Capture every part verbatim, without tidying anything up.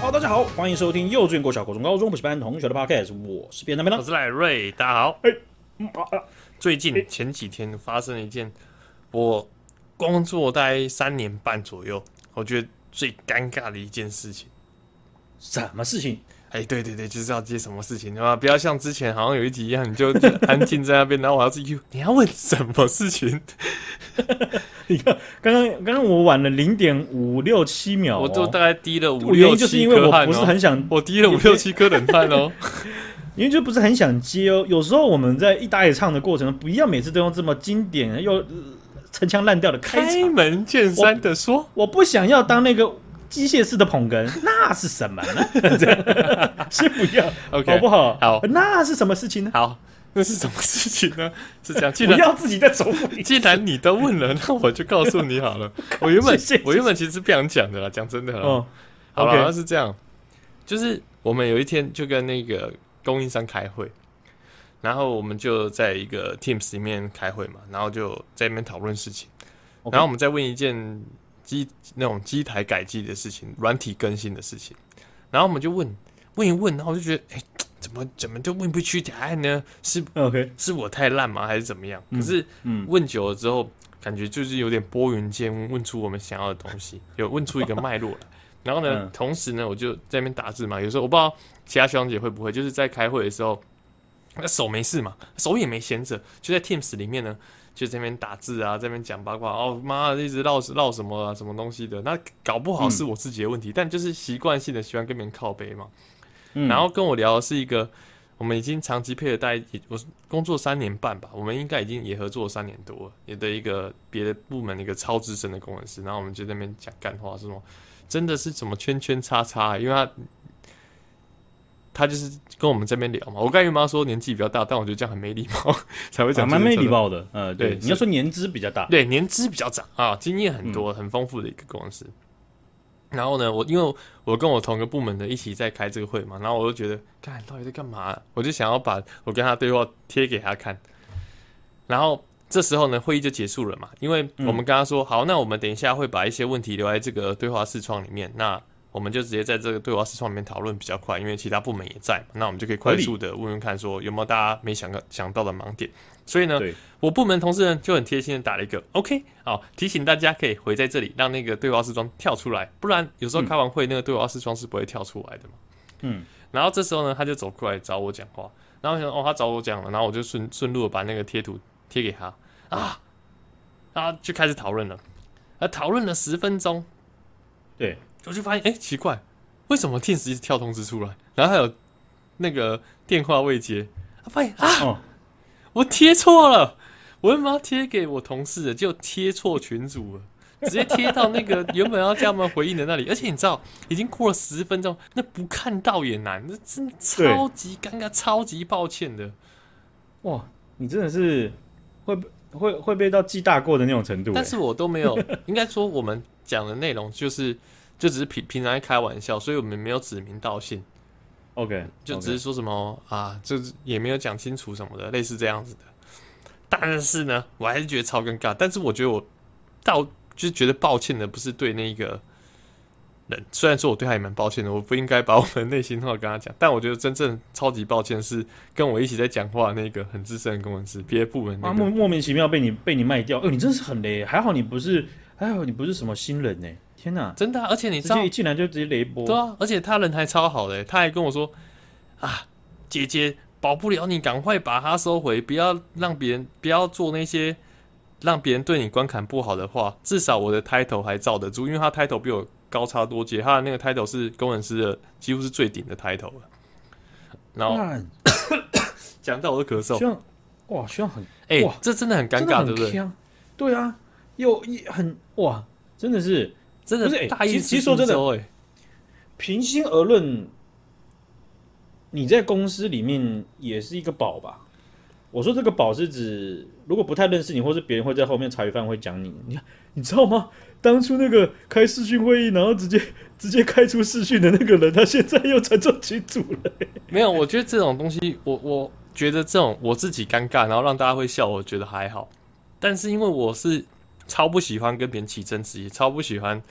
好，大家好，欢迎收听幼稚园、国小、国中、高中补习班同学的 podcast， 我是编辑编我是赖瑞，大家好。 哎、嗯啊啊、 最近前几天发生了一件我工作大概三年半左右，我觉得最尴尬的一件事情。 什么事情？ 哎，对对对，就是要接什么事情啊？不要像之前好像有一集一样，你就安静在那边，然后我要自己，你要问什么事情？ 你看，刚刚刚刚我晚了零点五六七秒、哦， 我都大概滴了五六七颗汗、哦， 六就是因为我不是很想， 我滴了五六七颗冷汗哦。 因为就不是很想接哦。有时候我们在一搭一唱的过程中，不要每次都用这么经典又陈腔滥调的开场。 开门见山的说， 我, 我不想要当那个机械式的捧哏，那是什么呢？这样先不要 ，OK， 好不好？ 好， 那是什么事情呢？ 好。那是什么事情呢？是这样， 不要自己再重复一次。 既然你都问了，那我就告诉你好了。我原本我原本其实不想讲的啦，讲真的啦。哦，好了，是这样，就是我们有一天就跟那个供应商开会，然后我们就在一个 Teams 里面开会嘛，然后就在那边讨论事情， okay. 然后我们再问一件机那种机台改机的事情，软体更新的事情，然后我们就问问一问，然后我就觉得，哎、欸。怎么怎么就问不出答案呢？是 OK 是我太烂吗？还是怎么样？嗯、可是问久了之后，感觉就是有点拨云见雾，问出我们想要的东西，有问出一个脉络来。然后呢，嗯、同时呢，我就在那边打字嘛。有时候我不知道其他学长姐会不会，就是在开会的时候，那手没事嘛，手也没闲着，就在 Teams 里面呢，就在那边打字啊，在那边讲八卦。哦妈，一直唠唠什么啊，什么东西的。那搞不好是我自己的问题，嗯、但就是习惯性的喜欢跟别人靠背嘛。嗯、然后跟我聊的是一个，我们已经长期配合大概我工作三年半吧，我们应该已经也合作了三年多了，也的一个别的部门的一个超资深的工程师，然后我们就在那边讲干话，说什么真的是什么圈圈叉叉、欸，因为他他就是跟我们这边聊嘛。我刚才原本要说年纪比较大，但我觉得这样很没礼貌，才会讲蛮、 啊、没礼貌的。呃，对，你要说年资比较大， 对，年资比较长啊，经验很多，嗯、很丰富的一个工程师。然后呢，我因为我跟我同个部门的一起在开这个会嘛，然后我就觉得，干到底在干嘛、啊？我就想要把我跟他对话贴给他看。然后这时候呢，会议就结束了嘛，因为我们跟他说，嗯、好，那我们等一下会把一些问题留在这个对话视窗里面，那我们就直接在这个对话视窗里面讨论比较快，因为其他部门也在嘛，那我们就可以快速的问问看，说有没有大家没想到想到的盲点。所以呢，我部门同事呢就很贴心的打了一个 OK， 好，提醒大家可以回在这里，让那个对话视窗跳出来，不然有时候开完会、嗯、那个对话视窗是不会跳出来的嘛。嗯，然后这时候呢，他就走过来找我讲话，然后我想哦，他找我讲了，然后我就顺顺路的把那个贴图贴给他啊，然后就开始讨论了，啊，讨论了十分钟， 对， 我就发现哎、欸、奇怪，为什么 Teams 一直跳通知出来，然后还有那个电话未接，他发现啊。哦，我贴错了，我原本要贴给我同事的，就贴错群组了，直接贴到那个原本要叫他们回应的那里。而且你知道，已经过了十分钟，那不看到也难，那真的超级尴尬，超级抱歉的。 哇，你真的是会会会被到记大过的那种程度。 但是我都没有，应该说我们讲的内容就是就只是平平常在开玩笑，所以我们没有指名道姓。 OK， 就只是说什么、okay. 啊，就也没有讲清楚什么的，类似这样子的。但是呢，我还是觉得超尴尬。但是我觉得我到就是觉得抱歉的，不是对那个人，虽然说我对他也蛮抱歉的，我不应该把我们内心话跟他讲。但我觉得真正超级抱歉是跟我一起在讲话的那个很资深的工程师，别的部门那个、 啊、莫莫名其妙被你被你卖掉。哦，你真是很雷，还好你不是，还好你不是什么新人呢。天哪， 真的、啊！而且你知道， 直接一进来就直接雷波。 对啊，而且他人还超好的，他还跟我说：“啊，姐姐保不了你，赶快把它收回，不要让别人，不要做那些让别人对你观感不好的话。至少我的 title 还罩得住，因为他 title 比我高超多阶，他的那个 title 是工程师的，几乎是最顶的 title 了。然后讲到我的咳嗽， 希望哇，希望很哎、欸，这真的很尴尬，对不对？ 对啊，又很哇，真的是。” 真的大意其实说真的，平心而论，你在公司里面也是一个宝吧？我说这个宝是指，如果不太认识你，或是别人会在后面茶余饭会讲你，你你知道吗？当初那个开视讯会议，然后直接直接开出视讯的那个人，他现在又成做群主了、欸。 没有，我觉得这种东西，我我觉得这种我自己尴尬，然后让大家会笑，我觉得还好。但是因为我是超不喜欢跟别人起争执，也超不喜欢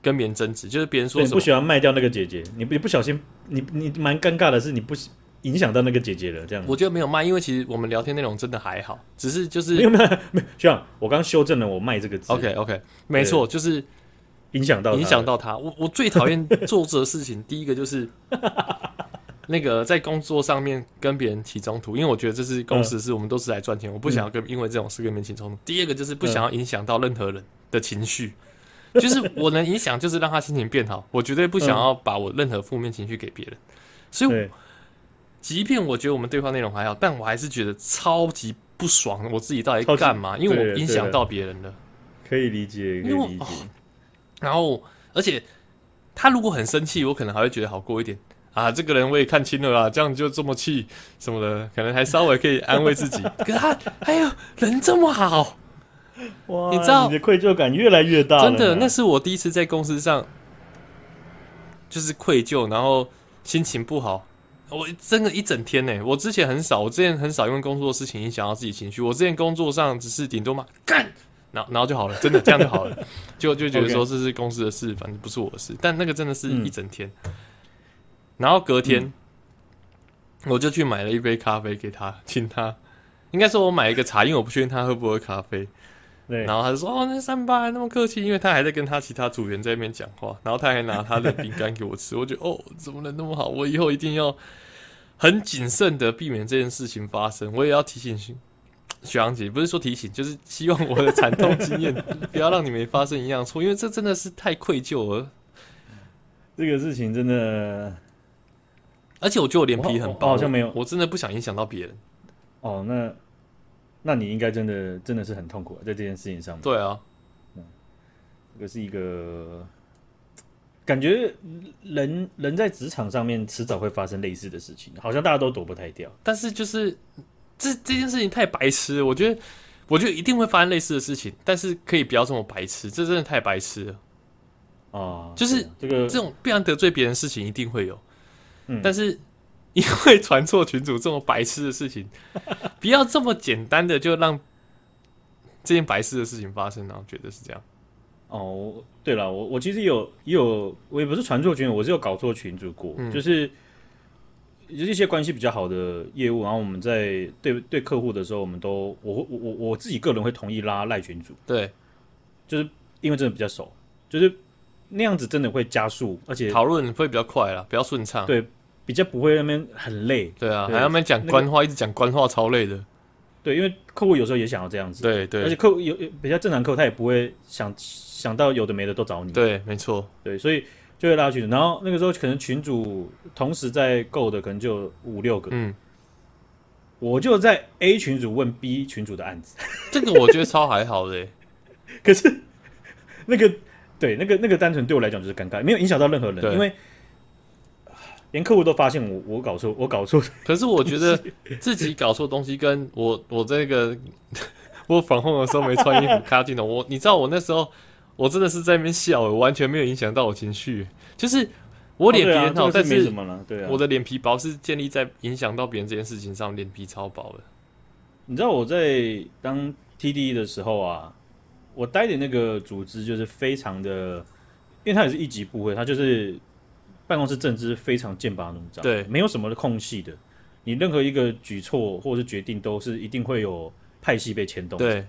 跟别人争执，就是别人说什么不喜欢卖掉那个姐姐，你不不小心，你你蛮尴尬的是你不影响到那个姐姐了，这样。 我觉得没有卖，因为其实我们聊天内容真的还好，只是就是没有没有没有，学长，我刚修正了我卖这个字。 OK OK， 没错，就是影响到影响到他。我我最讨厌做这个事情，第一个就是那个在工作上面跟别人起冲突，因为我觉得这是公司事，我们都是来赚钱，我不想要跟因为这种事跟别人起冲突。第二个就是不想要影响到任何人的情绪。就是我能影响，就是让他心情变好。我绝对不想要把我任何负面情绪给别人，所以，即便我觉得我们对话内容还好，但我还是觉得超级不爽。我自己到底干嘛？因为我影响到别人了。 可以理解，可以理解。 哦、然后，而且他如果很生气，我可能还会觉得好过一点啊。这个人我也看清了啦，这样就这么气什么的，可能还稍微可以安慰自己。可是他，哎呦，人这么好。 哇， 你知道你的愧疚感越来越大了， 真的，那是我第一次在公司上就是愧疚，然后心情不好，我真的一整天呢。我之前很少，我之前很少因为工作的事情影响到自己情绪。我之前工作上只是顶多骂干，然后然后就好了，真的这样就好了，就就觉得说这是公司的事，反正不是我的事。但那个真的是一整天，嗯、然后隔天、嗯、我就去买了一杯咖啡给他，请他。应该说我买一个茶，因为我不确定他喝不喝咖啡。然后他就说：“哦，那三八还那么客气，因为他还在跟他其他组员在那边讲话，然后他还拿他的饼干给我吃。我觉得哦，怎么能那么好？我以后一定要很谨慎的避免这件事情发生。我也要提醒学长姐，不是说提醒，就是希望我的惨痛经验不要让你们发生一样错，因为这真的是太愧疚了。 这个事情真的， 而且我觉得我脸皮很薄， 我好像没有， 我真的不想影响到别人。 哦，那。”那你应该真的真的是很痛苦在这件事情上面。 对啊， 嗯，这个是一个感觉人人在职场上面迟早会发生类似的事情，好像大家都躲不太掉。 但是就是这这件事情太白痴了，我觉得我觉得一定会发生类似的事情，但是可以不要这么白痴，这真的太白痴了。 啊， 就是这个这种必然得罪别人的事情一定会有， 嗯， 但是。因为传错群组这种白痴的事情，不要这么简单的就让这件白痴的事情发生，然后觉得是这样。 哦，对了，我我其实有也有，我也不是传错群组，我是有搞错群组过，嗯、就是就是一些关系比较好的业务，然后我们在对对客户的时候，我们都我我我我自己个人会同意拉赖群组， 对， 就是因为真的比较熟，就是那样子真的会加速，而且讨论会比较快啦，比较顺畅， 对。比较不会那边很累， 对啊，还要那边讲官话，那個、一直讲官话，超累的。 对，因为客户有时候也想要这样子， 对对， 而且客户有比较正常客户，他也不会想想到有的没的都找你， 对，没错， 对，所以就会拉群组，然后那个时候可能群组同时在购的可能就五六个，嗯，我就在 A 群组问 B 群组的案子， 这个我觉得超还好的、欸， 可是那个对那个那个单纯对我来讲就是尴尬，没有影响到任何人，因为。连客户都发现我我搞错我搞错， 可是我觉得自己搞错东西，跟我我这个我防控的时候没穿衣服卡进的，我你知道我那时候我真的是在那边笑，我完全没有影响到我情绪，就是我脸皮很好， 哦对啊、 但是对啊， 我的脸皮薄是建立在影响到别人这件事情上，脸皮超薄的。 你知道我在当 T D 的时候啊，我待的那个组织就是非常的，因为它也是一级部会，它就是。办公室政治非常剑拔弩张， 对， 没有什么空隙的。你任何一个举措或者是决定，都是一定会有派系被牵动。 对，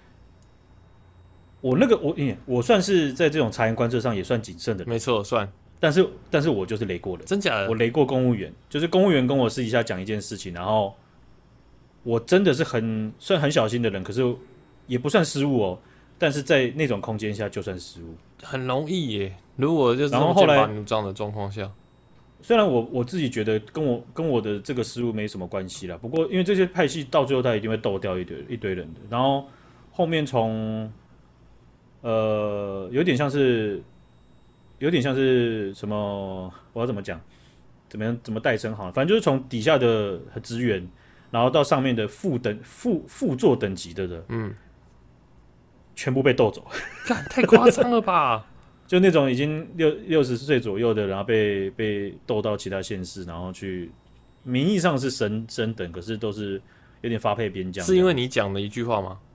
我那个我我算是在这种察言观色上也算谨慎的人， 没错，算。 但是但是我就是雷过了， 真假的？ 我雷过公务员，就是公务员跟我私底下讲一件事情，然后我真的是很算很小心的人，可是也不算失误哦。但是在那种空间下，就算失误， 很容易耶。如果就是这么剑拔弩张的状况下， 虽然我我自己觉得跟我跟我的这个失误没什么关系啦，不过因为这些派系到最后他一定会斗掉一堆一堆人的，然后后面从呃有点像是有点像是什么，我要怎么讲，怎么样怎么代称好了，反正就是从底下的职员，然后到上面的副等副副座等级的人，嗯，全部被斗走， 干太夸张了吧？ 就那种已经六六十岁左右的，然后被被斗到其他县市，然后去名义上是升升等，可是都是有点发配边疆。 是因为你讲的一句话吗？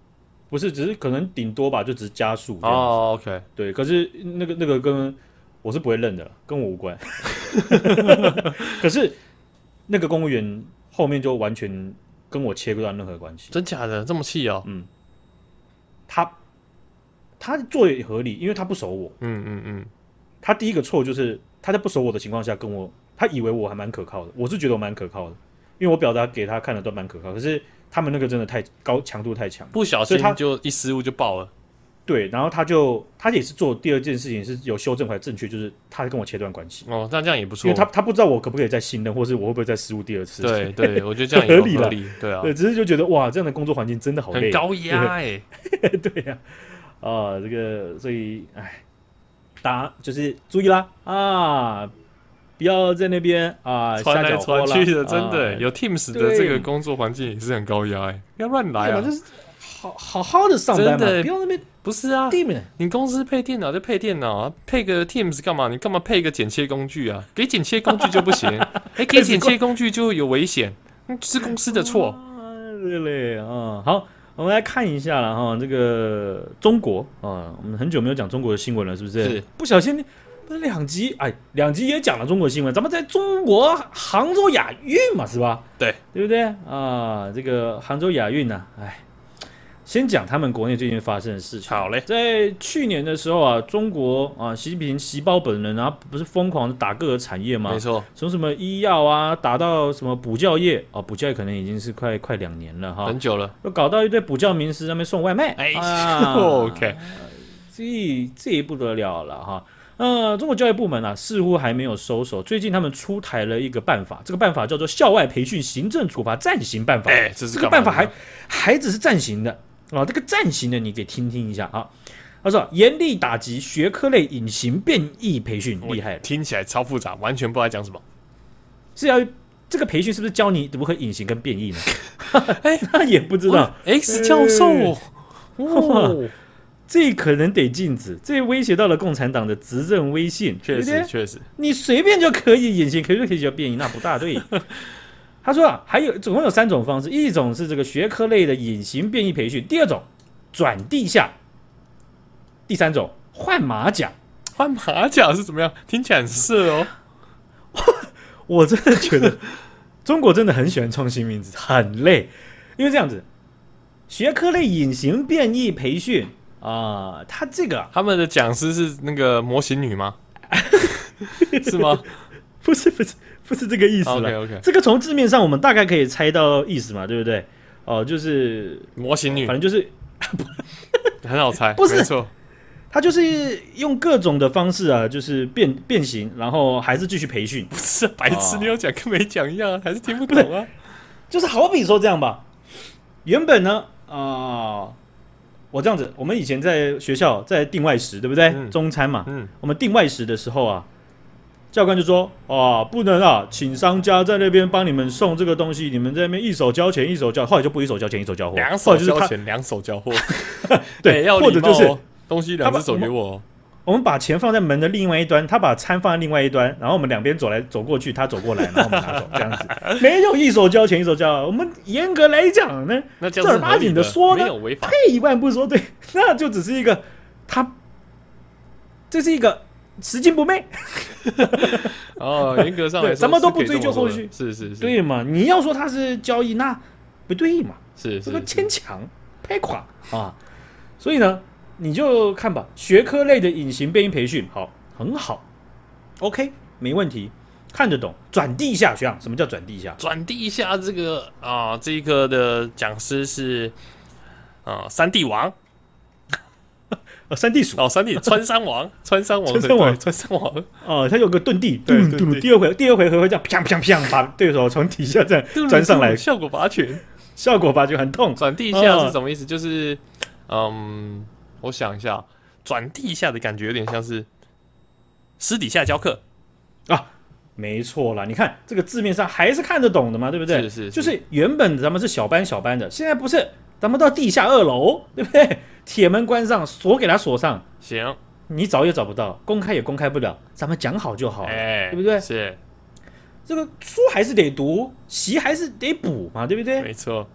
不是，只是可能顶多吧，就只是加速哦。OK， 对，可是那个那个跟我是不会认的，跟我无关。可是那个公务员后面就完全跟我切不断任何关系。 真假的这么气哦？ 嗯，他他做也合理，因为他不熟我。 嗯嗯嗯， 他第一个错就是他在不熟我的情况下跟我，他以为我还蛮可靠的，我是觉得我蛮可靠的，因为我表达给他看的都蛮可靠，可是他们那个真的太高，强度太强， 不小心就一失误就爆了。 对，然后他就他也是做第二件事情是有修正回来正确，就是他跟我切断关系。 哦，那这样也不错， 因为他他不知道我可不可以再信任，或是我会不会再失误第二次。 对对，我觉得这样也合理了， 合理，对啊， 对，只是就觉得哇，这样的工作环境真的好累， 很高压哎、 欸。对呀、啊，啊，这个所以哎，大家就是注意啦啊，不要在那边啊传来传去的，真的、 啊、 有 Teams 的这个工作环境也是很高压哎、欸，不要乱来啊， 就是好好好的上班嘛，不要那边。 不是啊，你公司配电脑就配电脑啊，配个 Teams 干嘛？你干嘛配个剪切工具啊？给剪切工具就不行，哎、欸，给剪切工具就有危险，是公司的错。 对嘞啊，好，我们来看一下了哈，这个中国啊，我们很久没有讲中国的新闻了，是不是？ 是， 不小心不是两集，哎，两集也讲了中国新闻，咱们在中国杭州亚运嘛，是吧？ 对， 对不对啊？这个杭州亚运呢、啊，哎。先讲他们国内最近发生的事情。 好嘞， 在去年的时候啊，中国啊，习近平习包本人啊，不是疯狂的打各个产业吗？ 没错， 从什么医药啊，打到什么补教业哦，补教业可能已经是快快两年了哈， 很久了， 又搞到一堆补教名师在那边送外卖， 哎、 啊、 ，OK， 这这也不得了了哈。呃，中国教育部门啊，似乎还没有收手。最近他们出台了一个办法，这个办法叫做《校外培训行政处罚暂行办法》。 哎，这是这个办法还还只是暂行的。哦，这个暂行的你给听听一下啊。他说严厉打击学科类隐形变异培训，厉害了， 听起来超复杂，完全不知道在讲什么。 是要这个培训是不是教你如何隐形跟变异呢？哎，他也不知道。 X 教授， 哦，这可能得禁止，这威胁到了共产党的执政威信。 确实，确实， 你随便就可以隐形，可以可以叫变异，那不大对。他说啊，还有总共有三种方式，一种是这个学科类的隐形变异培训，第二种转地下，第三种换马甲。 换马甲是怎么样？听起来很色哦。 我真的觉得中国真的很喜欢创新名字，很累，因为这样子，学科类隐形变异培训啊，他这个、啊、 他们的讲师是那个模型女吗？是吗？ 不是，不是。不是这个意思了。 OK OK， 这个从字面上我们大概可以猜到意思嘛，对不对？哦、呃，就是模型女， 反正就是很好猜， 不是没错， 他就是用各种的方式啊，就是变变形，然后还是继续培训。 不是白痴，你有讲跟没讲一样，还是听不懂啊？ 就是好比说这样吧，原本呢，啊、呃，我这样子，我们以前在学校在订外食，对不对？嗯、中餐嘛，嗯，我们订外食的时候啊。教官就说：“啊，不能啊，请商家在那边帮你们送这个东西，你们在那边一手交钱一手交，后来就不一手交钱一手交货， 两手交钱两手交货， 对， 要或者就是东西两只手给我、哦。 我们把钱放在门的另外一端，他把餐放在另外一端，然后我们两边走来走过去，他走过来，然后我们拿走，这样子没有一手交钱一手交。我们严格来讲呢， 那正儿八经的说呢， 没有违法， 退一万步说，对，那就只是一个他，这是一个。”拾金不昧哦，严格上来说， 咱们都不追究后续， 是是是， 对嘛？你要说他是交易，那不对嘛？ 是这个牵强拍垮啊！所以呢，你就看吧，学科类的隐形变异培训，好，很好 ，OK， 没问题，看得懂。转地下学长，什么叫转地下？ 转地下这个啊，这个的讲师是啊，三地王。 哦，三地鼠哦，三地穿山王，穿山王， 穿山王， 穿山王哦，他有个遁地， 对对对， 第二回第二回合会这样啪啪啪把对手从底下这样钻上来， 效果拔拳， 效果拔拳很痛。 转地下是什么意思？就是嗯，我想一下，转地下的感觉有点像是私底下教课啊，没错啦。你看这个字面上还是看得懂的嘛，对不对？ 是是， 就是原本咱们是小班小班的，现在不是。咱们到地下二楼，对不对？铁门关上，锁给它锁上。 行， 你找也找不到，公开也公开不了，咱们讲好就好了， 欸、 对不对？ 是， 这个书还是得读，习还是得补嘛，对不对？ 没错。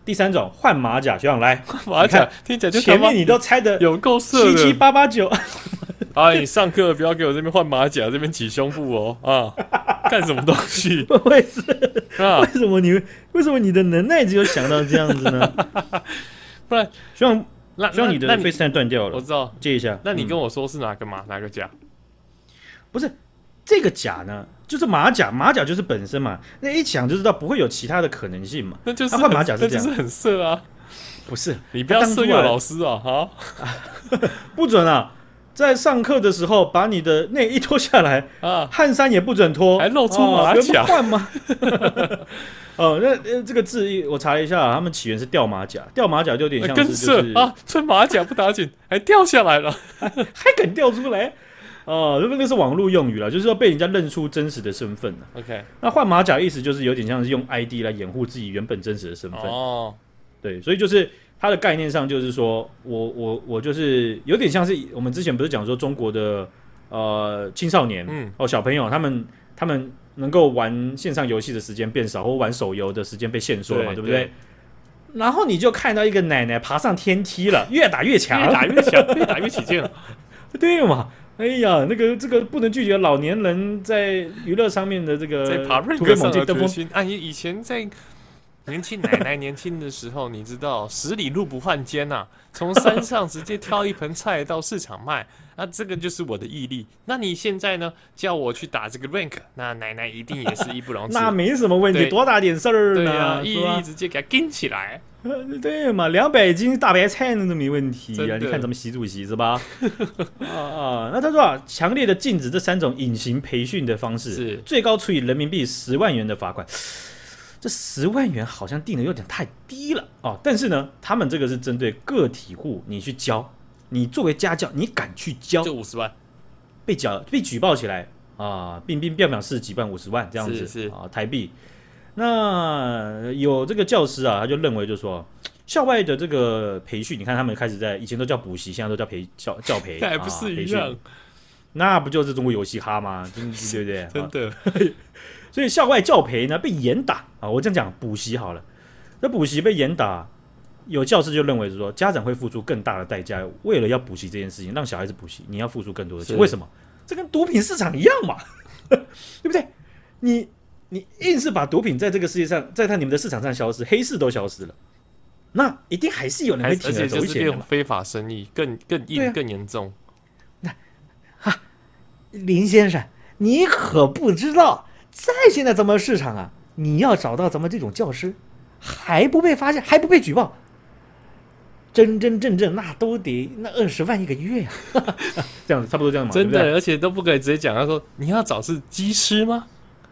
第三种换马甲，学长来， 马甲听起来就前面你都猜的有够色的， 七七八八九。 啊！你上课不要给我这边换马甲，这边挤胸部哦啊！干什么东西？ 为什啊？为什么你为什么你的能耐只有想到这样子呢？ 不然， 学长， 那学长你的 FaceTime 断掉了， 我知道， 接一下。 那你跟我说是哪个马、嗯、哪个甲？ 不是这个甲呢，就是马甲，马甲就是本身嘛，那一想就知道不会有其他的可能性嘛。 那就是换马甲是这样， 那就是很色啊！ 不是， 你不要色诱老师啊！哈， 不准啊！在上课的时候，把你的内衣脱下来啊，汗衫也不准脱， 还露出马甲， 换、哦、吗？哦，那、呃、这个字我查了一下，他们起源是吊马甲，吊马甲就有点像是、就是、 更色啊，穿马甲不打紧，还掉下来了， 还, 还敢掉出来？哦，那个是网络用语啦，就是要被人家认出真实的身份 OK， 那换马甲意思就是有点像是用 I D 来掩护自己原本真实的身份。哦，对，所以就是。它的概念上就是说，我我我就是有点像是我们之前不是讲说中国的呃青少年、嗯、哦小朋友他们他们能够玩线上游戏的时间变少，或玩手游的时间被限缩嘛， 对, 对不对？对，然后你就看到一个奶奶爬上天梯了，越打越强， 越打越强，越打越起劲了， 对嘛？哎呀，那个这个不能拒绝老年人在娱乐上面的这个在爬 rank 上的决心。啊，以前在。年轻奶奶年轻的时候，你知道十里路不换肩呐、啊，从山上直接挑一盆菜到市场卖，那这个就是我的毅力。那你现在呢，叫我去打这个 rank， 那奶奶一定也是义不容辞。 那没什么问题，多大点事儿呢？ 对啊，毅力直接给它跟起来。 对嘛，两百斤大白菜那都没问题啊！你看咱们习主席是吧？啊啊，那他说啊，强烈的禁止这三种隐形培训的方式，最高处以人民币十万元的罚款。这十万元好像定的有点太低了哦，但是呢，他们这个是针对个体户，你去教，你作为家教，你敢去教， 就五十万， 被缴被举报起来啊，冰冰表表是几万五十万这样子是是啊台币。那有这个教师啊，他就认为就说，校外的这个培训，你看他们开始在以前都叫补习，现在都叫培教教培， 还不是一样、 啊？那不就是中国有嘻哈吗？对不对？ 真的。 所以校外教培呢被严打啊，我这样讲补习好了，那补习被严打，有教师就认为是说家长会付出更大的代价，为了要补习这件事情，让小孩子补习，你要付出更多的钱，为什么？这跟毒品市场一样嘛，对不对？你你硬是把毒品在这个世界上，在他你们的市场上消失，黑市都消失了，那一定还是有人会铤而走险的嘛， 非法生意更更硬、啊、更严重。 那哈，林先生，你可不知道。在现在咱们市场啊，你要找到咱们这种教师，还不被发现，还不被举报，真真正正那都得那二十万一个月呀、啊，这样子差不多这样嘛， 真的， 对对而且都不可以直接讲。他说你要找是机师吗？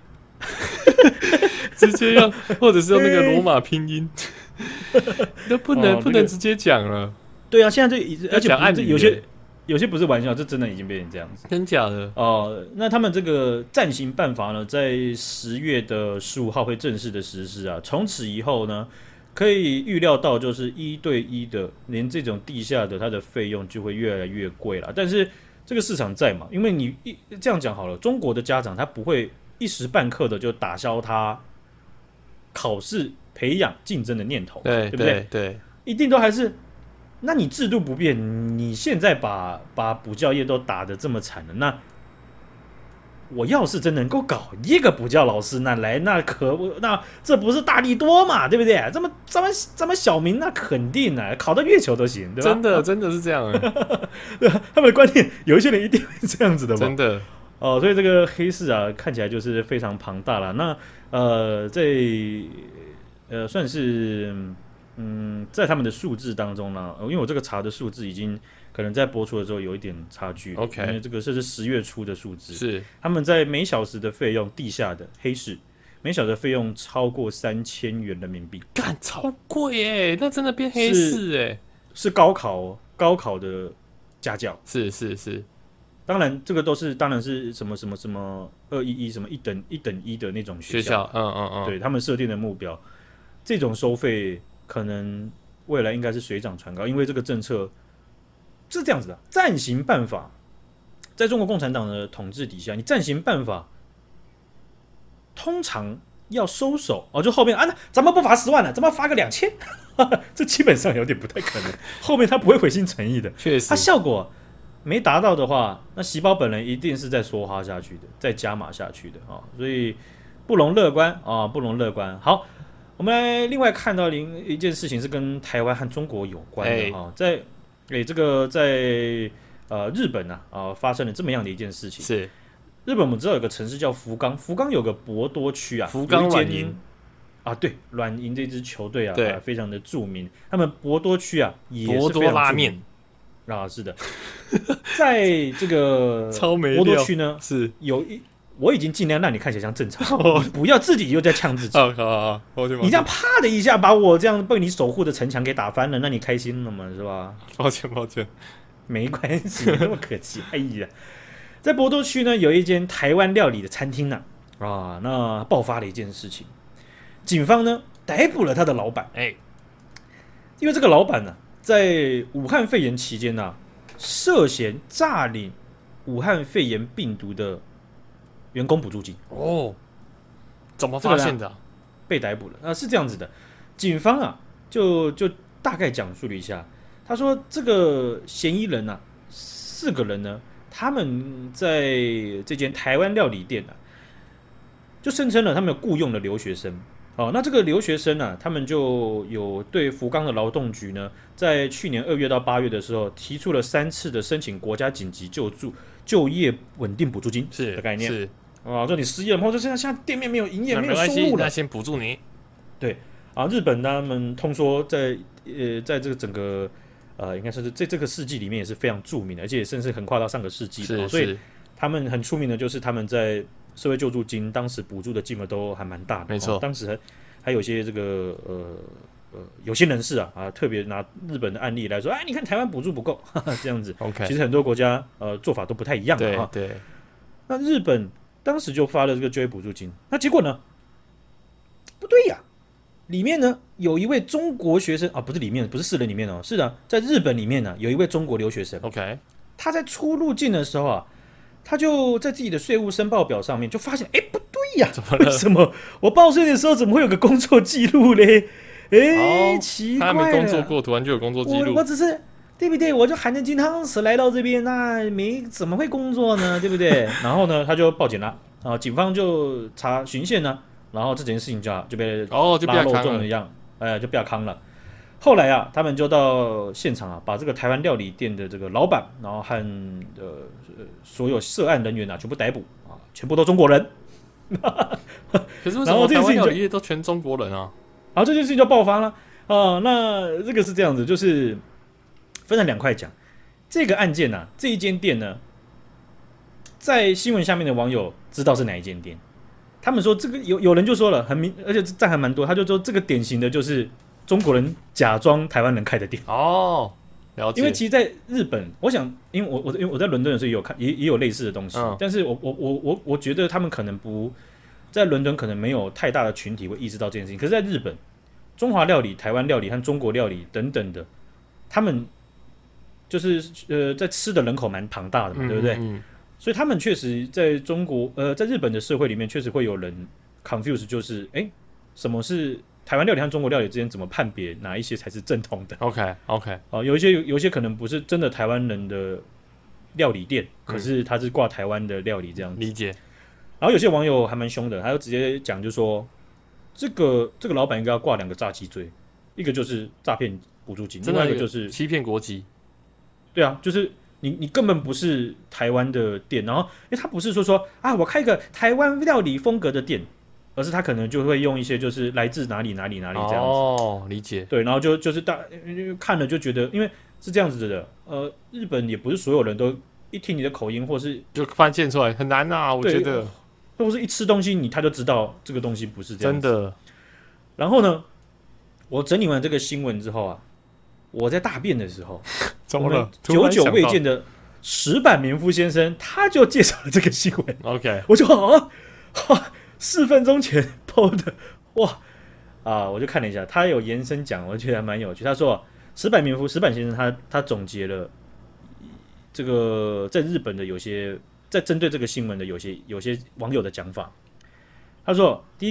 直接用，或者是用那个罗马拼音，都不能、哦、不能直接讲了。 对啊，现在这而且按有些。有些不是玩笑，这真的已经变成这样子， 真假的哦、呃。那他们这个暂行办法呢，在十月的十五号会正式的实施啊。从此以后呢，可以预料到就是一对一的，连这种地下的它的费用就会越来越贵了。但是这个市场在嘛，因为你一这样讲好了，中国的家长他不会一时半刻的就打消他考试培养竞争的念头， 对对不对？ 对， 一定都还是。那你制度不变，你现在把把补教业都打得这么惨了，那我要是真能够搞一个补教老师，那来那可不，那这不是大利多嘛，对不对？这么咱们咱们小民那肯定啊，考到月球都行，对吧？ 真的真的是这样啊， 他们的观念有一些人一定会这样子的嘛， 真的哦，所以这个黑市啊，看起来就是非常庞大了。那呃，在呃算是。嗯，在他们的数字当中呢，因为我这个查的数字已经可能在播出的时候有一点差距 ，OK， 因为这个是十月初的数字， 是他们在每小时的费用，地下的黑市每小时的费用超过三千元人民币， 干超贵耶，那真的变黑市哎， 是高考高考的家教， 是是是， 当然这个都是当然是什么什么什么二一一什么一等一等一的那种学校， 学校嗯嗯嗯， 对他们设定的目标，这种收费。可能未来应该是水涨船高，因为这个政策是这样子的，暂行办法，在中国共产党的统治底下，你暂行办法通常要收手哦，就后面啊，那咱们不罚十万了，咱们发个两千，这基本上有点不太可能。后面他不会回心诚意的， 确实， 他效果没达到的话，那喜宝本人一定是在梭哈下去的，再加码下去的啊、哦，所以不容乐观啊、哦，不容乐观。好，我们来另外看到一件事情是跟台湾和中国有关的哈、哦，在诶这个在呃日本啊啊、呃、发生了这么样的一件事情。 是日本我们知道有个城市叫福冈，福冈有个博多区啊， 福冈软银啊，对，软银这支球队啊， 对啊，非常的著名。他们博多区啊，也是非常著名博多拉面啊，是的，在这个博多区呢， 是有一，我已经尽量让你看起来像正常，你不要自己又在呛自己。 好好好， 你这样啪的一下把我这样被你守护的城墙给打翻了，那你开心了吗？是吧？ 抱歉抱歉， 没关系，没那么客气。哎呀，在博多区呢，有一间台湾料理的餐厅呢、啊，啊，那爆发了一件事情，警方呢逮捕了他的老板， 哎， 因为这个老板呢、啊，在武汉肺炎期间呢、啊，涉嫌诈领武汉肺炎病毒的员工补助金。 哦，怎么发现的、啊？ 被逮捕了啊，是这样子的，警方啊就就大概讲述了一下，他说这个嫌疑人啊，四个人呢，他们在这间台湾料理店啊，就声称了他们有雇佣了留学生。哦，那这个留学生啊，他们就有对福冈的劳动局呢，在去年二月到八月的时候，提出了三次的申请国家紧急救助就业稳定补助金的概念。 是啊，说你失业了，或者现在现在店面没有营业，没有收入了， 那先补助你。 对啊，日本他们通说在呃，在这个整个呃，应该说是在这个世纪里面也是非常著名的，而且甚至横跨到上个世纪的、哦，所以他们很出名的就是他们在社会救助金当时补助的金额都还蛮大的， 没错、 哦。当时还还有一些这个呃呃有心人士啊啊，特别拿日本的案例来说，哎，你看台湾补助不够，哈哈这样子。 OK， 其实很多国家呃做法都不太一样的哈。 对对。 那日本当时就发了这个就业补助金，那结果呢？不对呀，里面呢有一位中国学生啊，不是里面，不是四人里面哦，是的，在日本里面呢有一位中国留学生。 OK， 他在出入境的时候啊，他就在自己的税务申报表上面就发现，哎，不对呀，为什么我报税的时候怎么会有个工作记录嘞？哎，奇怪了， 他没工作过，突然就有工作记录。 我我只是对不对？我就含着金汤匙来到这边，那没怎么会工作呢？对不对？然后呢，他就报警了，啊，警方就查巡线呢，然后这件事情就就被哦就拉漏中了一样，哎，就不要康了。后来啊，他们就到现场啊，把这个台湾料理店的这个老板，然后和呃所有涉案人员啊，全部逮捕啊，全部都中国人。 可是为什么台湾料理业都全中国人啊？ 然后这件事情就爆发了啊！那这个是这样子，就是分成两块讲。这个案件呢、啊，这一间店呢，在新闻下面的网友知道是哪一间店，他们说这个有有人就说了，很明，而且赞还蛮多，他就说这个典型的就是中国人假装台湾人开的店哦。了解， 因为其实在日本，我想，因为我我因为我在伦敦的时候也有看，也也有类似的东西，嗯、但是我我我我我觉得他们可能不在伦敦，可能没有太大的群体会意识到这件事情。可是，在日本，中华料理、台湾料理和中国料理等等的，他们就是呃，在吃的人口蛮庞大的嘛，嗯、对不对？嗯、所以他们确实在中国呃，在日本的社会里面，确实会有人 confuse， 就是哎，什么是台湾料理和中国料理之间怎么判别哪一些才是正统的 ？OK OK， 哦，有一些有一些可能不是真的台湾人的料理店，可是他是挂台湾的料理这样子。 理解。 然后有些网友还蛮凶的，他就直接讲，就说这个这个老板应该要挂两个诈欺罪，一个就是诈骗补助金，另外一个就是欺骗国籍。 对啊，就是你你根本不是台湾的店，然后因为他不是说说啊，我开一个台湾料理风格的店。而是他可能就会用一些就是来自哪里哪里哪里这样子哦，理解。 对，然后就就是大看了就觉得，因为是这样子的，呃，日本也不是所有人都一听你的口音或是就发现出来很难啊，我觉得， 或是一吃东西你他就知道这个东西不是这样子。 真的。 然后呢，我整理完这个新闻之后啊，我在大便的时候， 怎么了？ 久久未见的石坂民夫先生他就介绍了这个新闻。 OK， 我就啊。四分钟前 po 的哇啊，我就看了一下，他有延伸讲，我觉得还蛮有趣。他说，石坂民夫石坂先生他他总结了这个在日本的有些在针对这个新闻的有些有些网友的讲法。他说，第一个，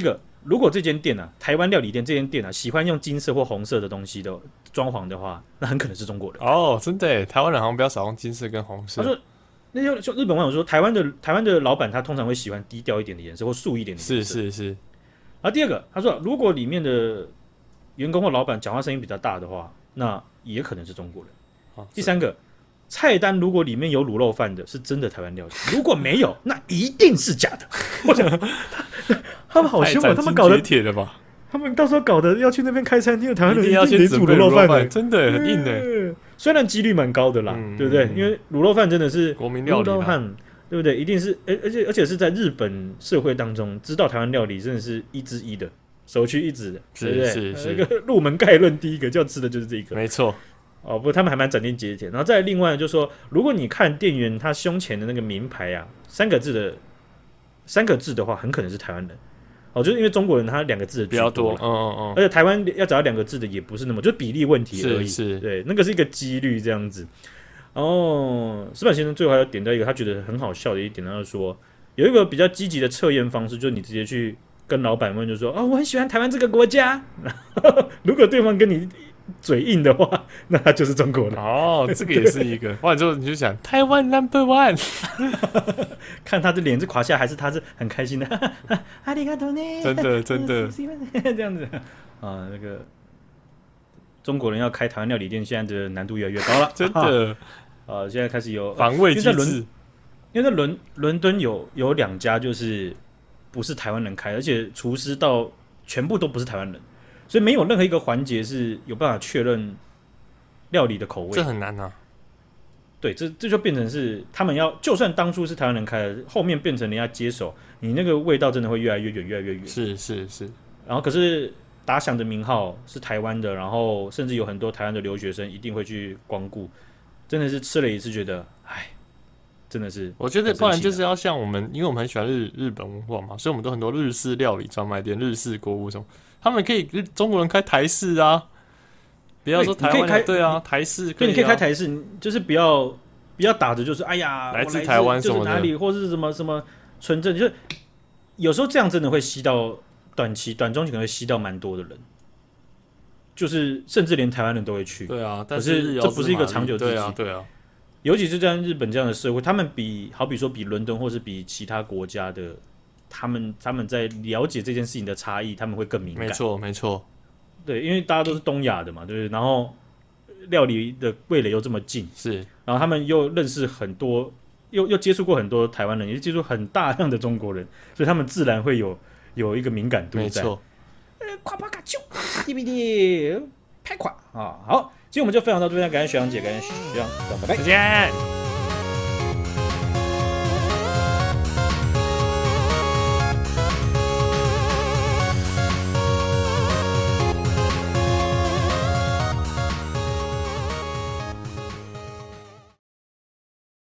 如果这间店啊，台湾料理店这间店啊，喜欢用金色或红色的东西的装潢的话，那很可能是中国人。 哦，真的耶，台湾人好像比较少用金色跟红色。 他说，那些就日本网友说，台湾的台湾的老板他通常会喜欢低调一点的颜色或素一点的颜色。 是是是。 然后第二个，他说，如果里面的员工或老板讲话声音比较大的话，那也可能是中国人。 哦、 第三个，菜单如果里面有卤肉饭的，是真的台湾料理；如果没有，那一定是假的。我想，他们好凶啊！他们搞得铁的吧？ 他们到时候搞得要去那边开餐厅，台湾人一定要先煮卤肉饭的， 真的很硬的。 虽然几率蛮高的啦，嗯、对不对？因为卤肉饭真的是国民料理， 卤肉饭对不对？一定是，而且而且是在日本社会当中，知道台湾料理真的是一之一的，首屈一指的，对不对？ 是是那个入门概论，第一个就要吃的就是这个， 没错。 哦，不，他们还蛮斩钉截铁。然后再另外就是说，如果你看店员他胸前的那个名牌啊，三个字的三个字的话，很可能是台湾人。哦，就是因为中国人他两个字的比较多，嗯嗯嗯， 而且台湾要找到两个字的也不是那么，就是比例问题而已。 是是， 对，那个是一个几率这样子。然后石板先生最后还要点到一个他觉得很好笑的一点，他就说有一个比较积极的测验方式，就是你直接去跟老板问，就说哦，我很喜欢台湾这个国家。如果对方跟你嘴硬的话，那他就是中国人。 哦，这个也是一个。哇，就你就想台湾 number one， 看他的脸是垮下，还是他是很开心的？阿里嘎多呢？ 真的真的这样子啊，那个中国人要开台湾料理店，现在的难度越来越高了。 真的啊，现在开始有防卫机制。 因为在伦伦敦有有两家就是不是台湾人开，而且厨师到全部都不是台湾人。所以没有任何一个环节是有办法确认料理的口味， 这很难啊。 对，这这就变成是他们要，就算当初是台湾人开的，后面变成人家接手，你那个味道真的会越来越远，越来越远。 是是是。 然后可是打响的名号是台湾的，然后甚至有很多台湾的留学生一定会去光顾，真的是吃了一次觉得，哎，真的是。 我觉得不然就是要像我们，因为我们很喜欢日日本文化嘛，所以我们都很多日式料理专卖店、日式锅物什么。他们可以中国人开台式啊，不要说台湾人，对啊，台式可以、啊， 你可以开台式，就是不要不要打着就是哎呀， 来自台湾什么的， 就是哪里或是什么什么纯正，就是有时候这样真的会吸到短期、短中期可能会吸到蛮多的人，就是甚至连台湾人都会去。 对啊， 但是这不是一个长久之计。 对啊，对啊。 尤其是在日本这样的社会，他们比好比说比伦敦或是比其他国家的。他们他们在了解这件事情的差异，他们会更敏感。 没错，没错。 对，因为大家都是东亚的嘛，对不对？然后料理的味蕾又这么近， 是。 然后他们又认识很多，又又接触过很多台湾人，也接触很大量的中国人，所以他们自然会有有一个敏感度在。 没错。 呃，夸夸卡啾 ，D V D 拍垮啊！好，今天我们就分享到这边，感谢学长姐，感谢学长，拜拜， 再见。